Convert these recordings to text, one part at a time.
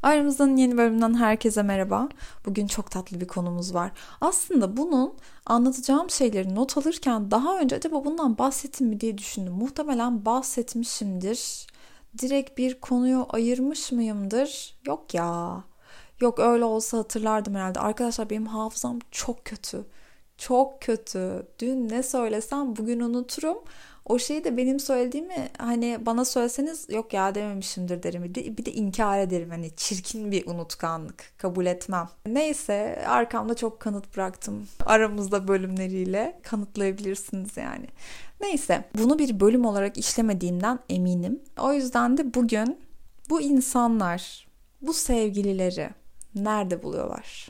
Aramızdan yeni bölümden herkese merhaba. Bugün çok tatlı bir konumuz var. Aslında bunun anlatacağım şeyleri not alırken daha önce acaba bundan bahsettim mi diye düşündüm. Muhtemelen bahsetmişimdir. Direkt bir konuyu ayırmış mıyımdır? Yok ya. Yok öyle olsa hatırlardım herhalde. Arkadaşlar benim hafızam çok kötü. Çok kötü. Dün ne söylesem bugün unuturum. O şeyi de benim söylediğimi hani bana söyleseniz yok ya dememişimdir derim. Bir de inkar ederim. Hani çirkin bir unutkanlık. Kabul etmem. Neyse arkamda çok kanıt bıraktım. Aramızda bölümleriyle kanıtlayabilirsiniz yani. Neyse bunu bir bölüm olarak işlemediğimden eminim. O yüzden de bugün bu insanlar, bu sevgilileri nerede buluyorlar?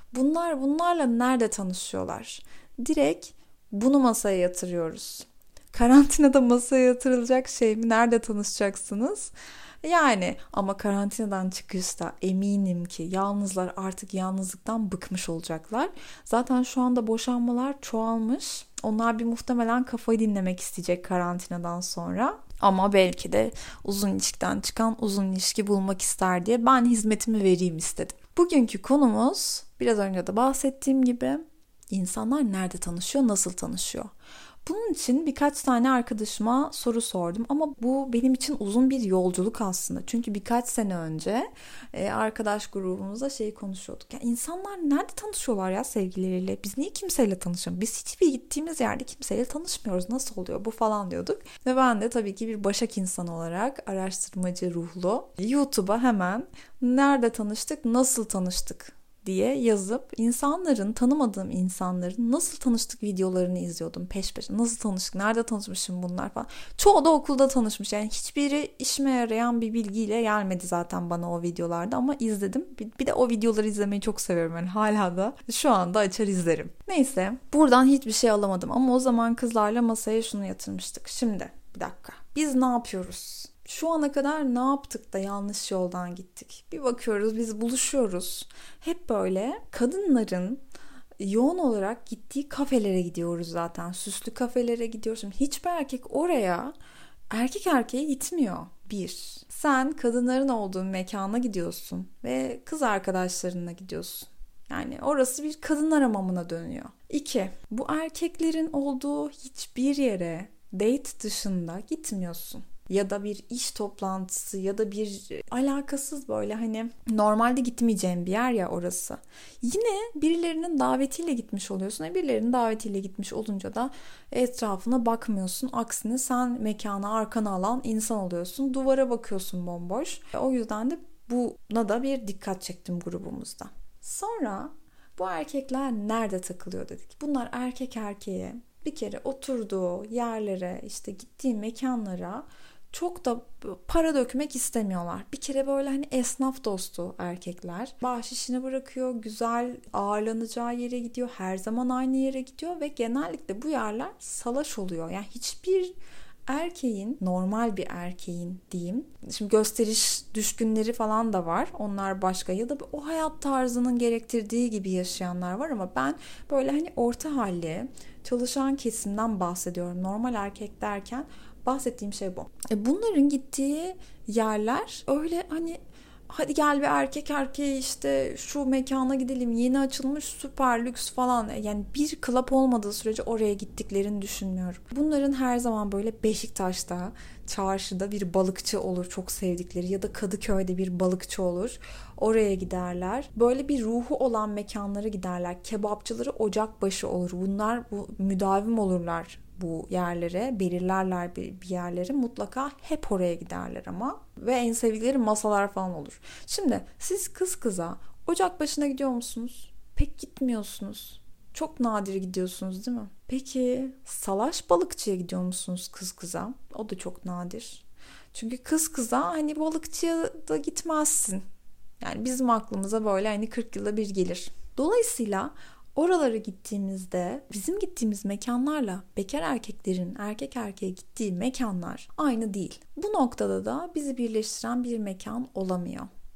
Bunlarla nerede tanışıyorlar? Direkt bunu masaya yatırıyoruz. Karantinada masaya yatırılacak şey mi? Nerede tanışacaksınız? Yani ama karantinadan çıkışta eminim ki yalnızlar artık yalnızlıktan bıkmış olacaklar. Zaten şu anda boşanmalar çoğalmış. Onlar bir muhtemelen kafayı dinlemek isteyecek karantinadan sonra. Ama belki de uzun ilişkiden çıkan uzun ilişki bulmak ister diye ben hizmetimi vereyim istedim. Bugünkü konumuz biraz önce de bahsettiğim gibi insanlar nerede tanışıyor, nasıl tanışıyor? Bunun için birkaç tane arkadaşıma soru sordum ama bu benim için uzun bir yolculuk aslında. Çünkü birkaç sene önce arkadaş grubumuzda konuşuyorduk. Ya insanlar nerede tanışıyorlar ya sevgilileriyle? Biz niye kimseyle tanışamıyoruz? Biz hiçbir gittiğimiz yerde kimseyle tanışmıyoruz. Nasıl oluyor bu falan diyorduk. Ve ben de tabii ki bir başak insanı olarak araştırmacı ruhlu YouTube'a hemen nerede tanıştık, nasıl tanıştık diye yazıp tanımadığım insanların nasıl tanıştık videolarını izliyordum peş peşe. Nasıl tanıştık, nerede tanışmışım bunlar falan. Çoğu da okulda tanışmış. Yani hiçbiri işime yarayan bir bilgiyle gelmedi zaten bana o videolarda ama izledim. Bir de o videoları izlemeyi çok seviyorum. Yani hala da şu anda açar izlerim. Neyse buradan hiçbir şey alamadım ama o zaman kızlarla masaya şunu yatırmıştık. Şimdi bir dakika. Biz ne yapıyoruz? Şu ana kadar ne yaptık da yanlış yoldan gittik? Bir bakıyoruz biz buluşuyoruz. Hep böyle kadınların yoğun olarak gittiği kafelere gidiyoruz zaten. Süslü kafelere gidiyoruz. Şimdi hiçbir erkek oraya erkek erkeğe gitmiyor. Bir, sen kadınların olduğu mekana gidiyorsun ve kız arkadaşlarınla gidiyorsun. Yani orası bir kadınlar hamamına dönüyor. İki, bu erkeklerin olduğu hiçbir yere date dışında gitmiyorsun. Ya da bir iş toplantısı ya da bir alakasız böyle hani normalde gitmeyeceğin bir yer ya orası. Yine birilerinin davetiyle gitmiş oluyorsun. Birilerinin davetiyle gitmiş olunca da etrafına bakmıyorsun. Aksine sen mekana arkana alan insan oluyorsun. Duvara bakıyorsun bomboş. O yüzden de buna da bir dikkat çektim grubumuzda. Sonra bu erkekler nerede takılıyor dedik. Bunlar erkek erkeğe bir kere oturduğu yerlere işte gittiği mekanlara çok da para dökmek istemiyorlar. Bir kere böyle hani esnaf dostu erkekler. Bahşişini bırakıyor, güzel ağırlanacağı yere gidiyor, her zaman aynı yere gidiyor ve genellikle bu yerler salaş oluyor. Yani hiçbir erkeğin, normal bir erkeğin diyeyim. Şimdi gösteriş düşkünleri falan da var. Onlar başka ya da o hayat tarzının gerektirdiği gibi yaşayanlar var ama ben böyle hani orta halli çalışan kesimden bahsediyorum. Normal erkek derken bahsettiğim şey bu. Bunların gittiği yerler öyle hani hadi gel bir erkek erkeğe işte şu mekana gidelim yeni açılmış süper lüks falan. Yani bir club olmadığı sürece oraya gittiklerini düşünmüyorum. Bunların her zaman böyle Beşiktaş'ta, çarşıda bir balıkçı olur çok sevdikleri ya da Kadıköy'de bir balıkçı olur. Oraya giderler. Böyle bir ruhu olan mekanlara giderler. Kebapçıları ocakbaşı olur. Bunlar müdavim olurlar bu yerlere, belirlerler bir yerleri mutlaka hep oraya giderler ama ve en sevdikleri masalar falan olur. Şimdi siz kız kıza ocak başına gidiyor musunuz? Pek gitmiyorsunuz. Çok nadir gidiyorsunuz değil mi? Peki salaş balıkçıya gidiyor musunuz kız kıza? O da çok nadir. Çünkü kız kıza hani balıkçıya da gitmezsin. Yani bizim aklımıza böyle hani 40 yılda bir gelir. Dolayısıyla oralara gittiğimizde bizim gittiğimiz mekanlarla bekar erkeklerin erkek erkeğe gittiği mekanlar aynı değil. Bu noktada da bizi birleştiren bir mekan olamıyor.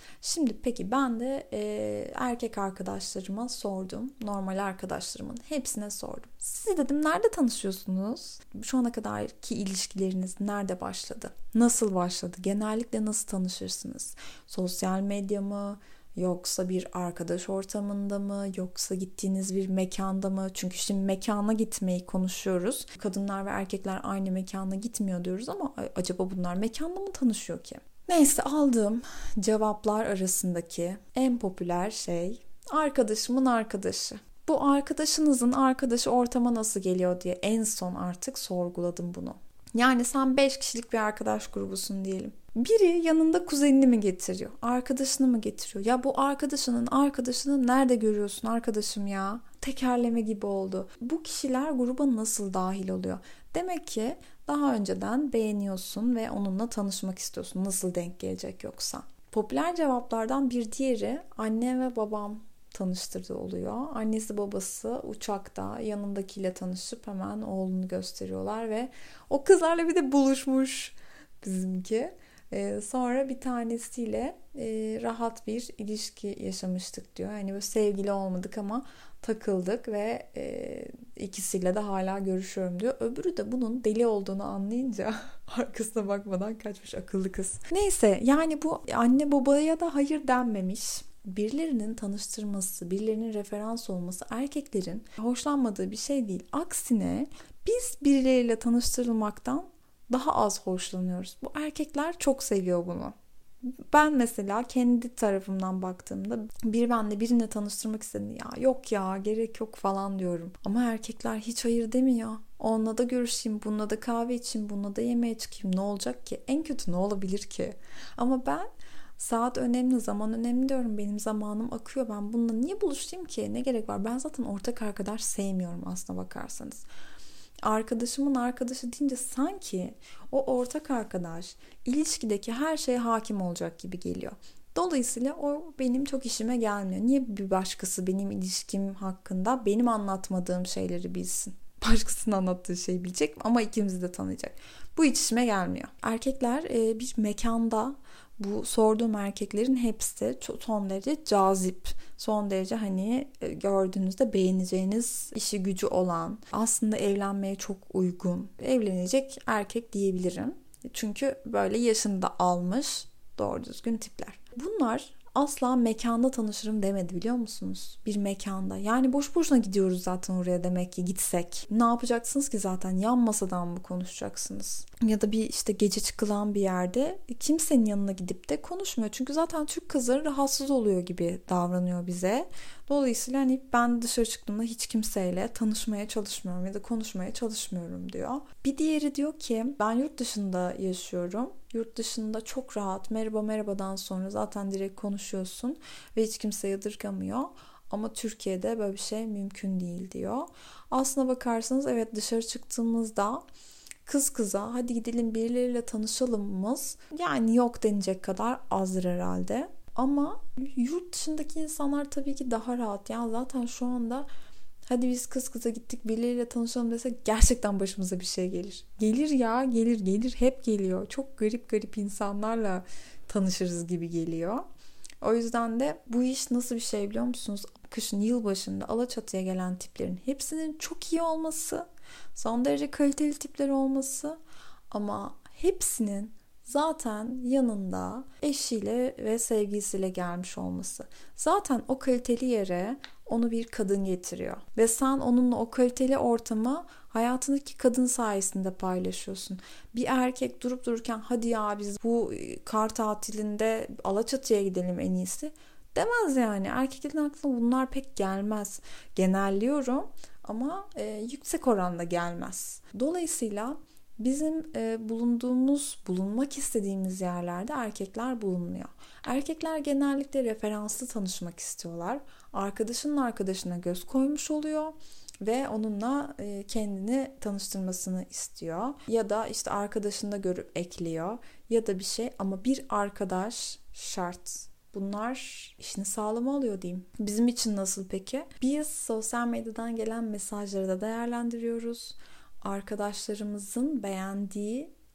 Şimdi peki ben de erkek arkadaşlarıma sordum. Normal arkadaşlarımın hepsine sordum. Siz dedim nerede tanışıyorsunuz? Şu ana kadarki ilişkileriniz nerede başladı? Nasıl başladı? Genellikle nasıl tanışırsınız? Sosyal medya mı? Yoksa bir arkadaş ortamında mı? Yoksa gittiğiniz bir mekanda mı? Çünkü şimdi mekana gitmeyi konuşuyoruz. Kadınlar ve erkekler aynı mekana gitmiyor diyoruz ama acaba bunlar mekanda mı tanışıyor ki? Neyse, aldığım cevaplar arasındaki en popüler şey arkadaşımın arkadaşı. Bu arkadaşınızın arkadaşı ortama nasıl geliyor diye en son artık sorguladım bunu. Yani sen 5 kişilik bir arkadaş grubusun diyelim. Biri yanında kuzenini mi getiriyor? Arkadaşını mı getiriyor? Ya bu arkadaşını nerede görüyorsun arkadaşım ya? Tekerleme gibi oldu. Bu kişiler gruba nasıl dahil oluyor? Demek ki daha önceden beğeniyorsun ve onunla tanışmak istiyorsun. Nasıl denk gelecek yoksa? Popüler cevaplardan bir diğeri anne ve babam tanıştırdığı oluyor. Annesi babası uçakta yanındakiyle tanışıp hemen oğlunu gösteriyorlar ve o kızlarla bir de buluşmuş bizimki. Sonra bir tanesiyle rahat bir ilişki yaşamıştık diyor. Yani böyle sevgili olmadık ama takıldık ve ikisiyle de hala görüşüyorum diyor. Öbürü de bunun deli olduğunu anlayınca arkasına bakmadan kaçmış, akıllı kız. Neyse, yani bu anne babaya da hayır denmemiş. Birilerinin tanıştırması, birilerinin referans olması erkeklerin hoşlanmadığı bir şey değil. Aksine biz birileriyle tanıştırılmaktan daha az hoşlanıyoruz. Bu erkekler çok seviyor bunu. Ben mesela kendi tarafımdan baktığımda benle birini tanıştırmak istediğinde ya yok ya gerek yok falan diyorum. Ama erkekler hiç hayır demiyor. Onunla da görüşeyim, bununla da kahve içeyim, bununla da yemeğe çıkayım. Ne olacak ki? En kötü ne olabilir ki? Ama ben saat önemli, zaman önemli diyorum. Benim zamanım akıyor. Ben bununla niye buluşayım ki? Ne gerek var? Ben zaten ortak arkadaş sevmiyorum aslına bakarsanız. Arkadaşımın arkadaşı deyince sanki o ortak arkadaş ilişkideki her şeye hakim olacak gibi geliyor. Dolayısıyla o benim çok işime gelmiyor. Niye bir başkası benim ilişkim hakkında benim anlatmadığım şeyleri bilsin? Başkasının anlattığı şeyi bilecek ama ikimizi de tanıyacak. Bu hiç işime gelmiyor. Erkekler bir mekanda, bu sorduğum erkeklerin hepsi son derece cazip, son derece hani gördüğünüzde beğeneceğiniz işi gücü olan, aslında evlenmeye çok uygun, evlenecek erkek diyebilirim. Çünkü böyle yaşını da almış doğru düzgün tipler. Bunlar asla mekanda tanışırım demedi, biliyor musunuz? Bir mekanda. Yani boş boşuna gidiyoruz zaten oraya, demek ki gitsek. Ne yapacaksınız ki zaten? Yan masadan mı konuşacaksınız? Ya da bir işte gece çıkılan bir yerde kimsenin yanına gidip de konuşmuyor. Çünkü zaten Türk kızları rahatsız oluyor gibi davranıyor bize. Dolayısıyla hani ben dışarı çıktığımda hiç kimseyle tanışmaya çalışmıyorum ya da konuşmaya çalışmıyorum diyor. Bir diğeri diyor ki ben yurt dışında yaşıyorum. Yurt dışında çok rahat, merhaba merhabadan sonra zaten direkt konuşuyorsun ve hiç kimse yadırgamıyor. Ama Türkiye'de böyle bir şey mümkün değil diyor. Aslına bakarsanız evet, dışarı çıktığımızda kız kıza hadi gidelim birileriyle tanışalımımız yani yok denecek kadar azdır herhalde. Ama yurt dışındaki insanlar tabii ki daha rahat. Ya zaten şu anda hadi biz kız kıza gittik birileriyle tanışalım desek gerçekten başımıza bir şey gelir. Gelir ya, gelir hep geliyor. Çok garip insanlarla tanışırız gibi geliyor. O yüzden de bu iş nasıl bir şey biliyor musunuz? Kışın yılbaşında Alaçatı'ya gelen tiplerin hepsinin çok iyi olması, son derece kaliteli tipler olması ama hepsinin zaten yanında eşiyle ve sevgilisiyle gelmiş olması. Zaten o kaliteli yere onu bir kadın getiriyor. Ve sen onunla o kaliteli ortamı hayatındaki kadın sayesinde paylaşıyorsun. Bir erkek durup dururken hadi ya biz bu kar tatilinde Alaçatı'ya gidelim en iyisi demez yani. Erkeklerin aklına bunlar pek gelmez. Genelliyorum ama yüksek oranda gelmez. Dolayısıyla bizim bulunmak istediğimiz yerlerde erkekler bulunmuyor. Erkekler genellikle referanslı tanışmak istiyorlar. Arkadaşının arkadaşına göz koymuş oluyor ve onunla kendini tanıştırmasını istiyor. Ya da işte arkadaşını da görüp ekliyor ya da bir şey, ama bir arkadaş şart. Bunlar işini sağlam oluyor diyeyim. Bizim için nasıl peki? Biz sosyal medyadan gelen mesajları da değerlendiriyoruz. Arkadaşlarımızın beğendiği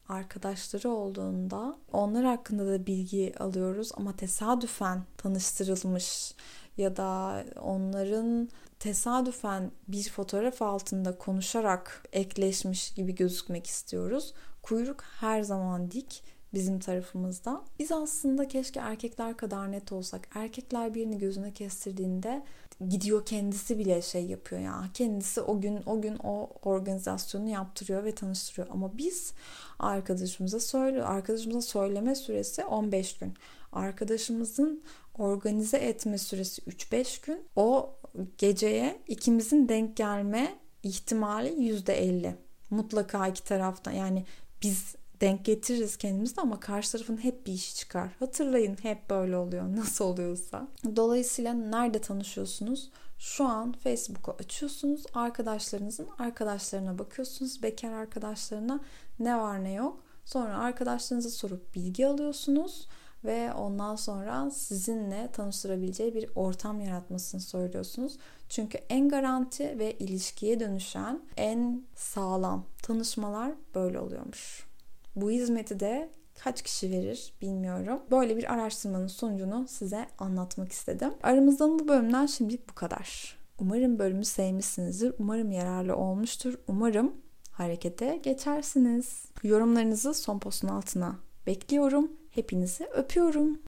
arkadaşları olduğunda onlar hakkında da bilgi alıyoruz ama tesadüfen tanıştırılmış ya da onların tesadüfen bir fotoğraf altında konuşarak ekleşmiş gibi gözükmek istiyoruz. Kuyruk her zaman dik bizim tarafımızda. Biz aslında keşke erkekler kadar net olsak. Erkekler birini gözüne kestirdiğinde gidiyor kendisi bile şey yapıyor ya. Kendisi o gün o organizasyonu yaptırıyor ve tanıştırıyor. Ama biz arkadaşımıza söyleme süresi 15 gün. Arkadaşımızın organize etme süresi 3-5 gün. O geceye ikimizin denk gelme ihtimali %50. Mutlaka iki taraftan, yani biz denk getiririz kendimizi ama karşı tarafın hep bir işi çıkar. Hatırlayın, hep böyle oluyor nasıl oluyorsa. Dolayısıyla nerede tanışıyorsunuz? Şu an Facebook'u açıyorsunuz. Arkadaşlarınızın arkadaşlarına bakıyorsunuz. Bekar arkadaşlarına ne var ne yok. Sonra arkadaşlarınıza sorup bilgi alıyorsunuz. Ve ondan sonra sizinle tanıştırabileceği bir ortam yaratmasını söylüyorsunuz. Çünkü en garanti ve ilişkiye dönüşen en sağlam tanışmalar böyle oluyormuş. Bu hizmeti de kaç kişi verir bilmiyorum. Böyle bir araştırmanın sonucunu size anlatmak istedim. Aramızdan bu bölümden şimdilik bu kadar. Umarım bölümü sevmişsinizdir. Umarım yararlı olmuştur. Umarım harekete geçersiniz. Yorumlarınızı son postun altına bekliyorum. Hepinizi öpüyorum.